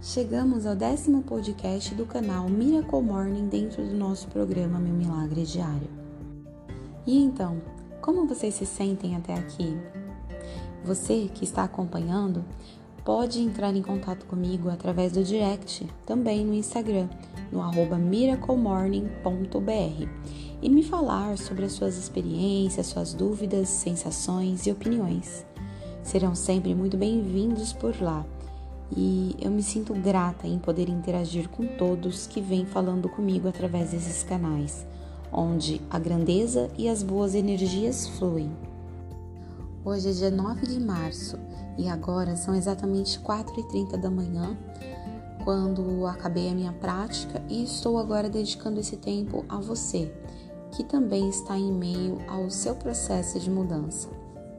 Chegamos ao 10º podcast do canal Miracle Morning dentro do nosso programa Meu Milagre Diário. E então, como vocês se sentem até aqui? Você que está acompanhando pode entrar em contato comigo através do direct, também no Instagram, no @miraclemorning.br e me falar sobre as suas experiências, suas dúvidas, sensações e opiniões. Serão sempre muito bem-vindos por lá. E eu me sinto grata em poder interagir com todos que vêm falando comigo através desses canais, onde a grandeza e as boas energias fluem. Hoje é dia 9 de março e agora são exatamente 4h30 da manhã, quando acabei a minha prática e estou agora dedicando esse tempo a você, que também está em meio ao seu processo de mudança.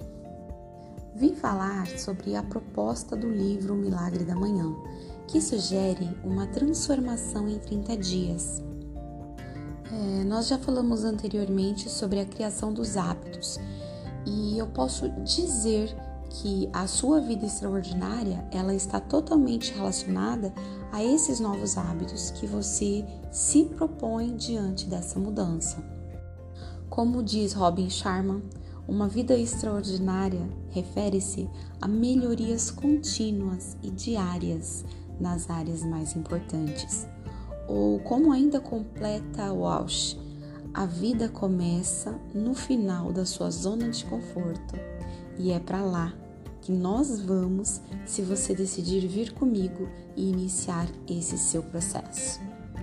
Vim falar sobre a proposta do livro Milagre da Manhã, que sugere uma transformação em 30 dias. Nós já falamos anteriormente sobre a criação dos hábitos e eu posso dizer que a sua vida extraordinária ela está totalmente relacionada a esses novos hábitos que você se propõe diante dessa mudança. Como diz Robin Sharma, uma vida extraordinária refere-se a melhorias contínuas e diárias nas áreas mais importantes. Ou como ainda completa Walsh, a vida começa no final da sua zona de conforto e é para lá que nós vamos se você decidir vir comigo e iniciar esse seu processo.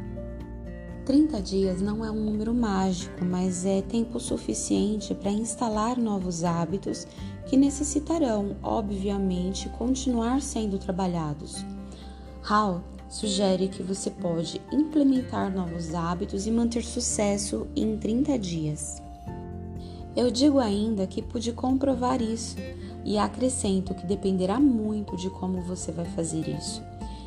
30 dias não é um número mágico, mas é tempo suficiente para instalar novos hábitos que necessitarão, obviamente, continuar sendo trabalhados. Hall sugere que você pode implementar novos hábitos e manter sucesso em 30 dias. Eu digo ainda que pude comprovar isso e acrescento que dependerá muito de como você vai fazer isso.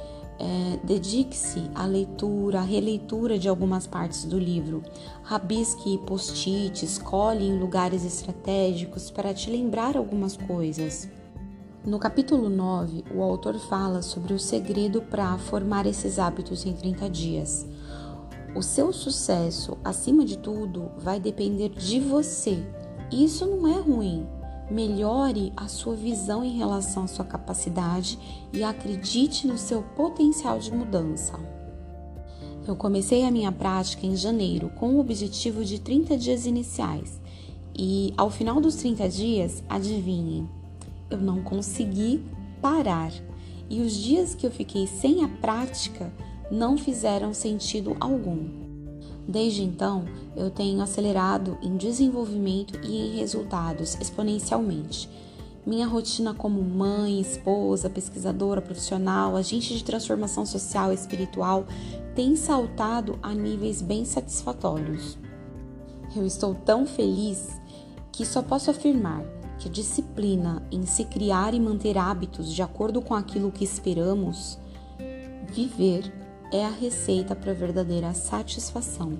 Dedique-se à leitura, à releitura de algumas partes do livro. Rabisque post-its, cole em lugares estratégicos para te lembrar algumas coisas. No capítulo 9, o autor fala sobre o segredo para formar esses hábitos em 30 dias. O seu sucesso, acima de tudo, vai depender de você. Isso não é ruim. Melhore a sua visão em relação à sua capacidade e acredite no seu potencial de mudança. Eu comecei a minha prática em janeiro com o objetivo de 30 dias iniciais e ao final dos 30 dias, adivinhem, eu não consegui parar e os dias que eu fiquei sem a prática não fizeram sentido algum. Desde então, eu tenho acelerado em desenvolvimento e em resultados exponencialmente. Minha rotina como mãe, esposa, pesquisadora, profissional, agente de transformação social e espiritual tem saltado a níveis bem satisfatórios. Eu estou tão feliz que só posso afirmar que a disciplina em se criar e manter hábitos de acordo com aquilo que esperamos viver é a receita para a verdadeira satisfação.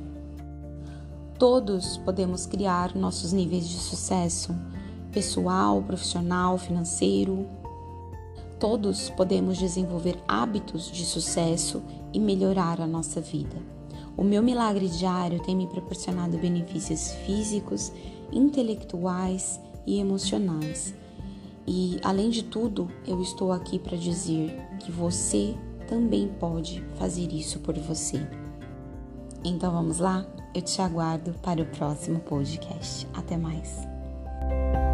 Todos podemos criar nossos níveis de sucesso, pessoal, profissional, financeiro. Todos podemos desenvolver hábitos de sucesso e melhorar a nossa vida. O meu milagre diário tem me proporcionado benefícios físicos, intelectuais e emocionais. E, além de tudo, eu estou aqui para dizer que você também pode fazer isso por você. Então vamos lá? Eu te aguardo para o próximo podcast. Até mais!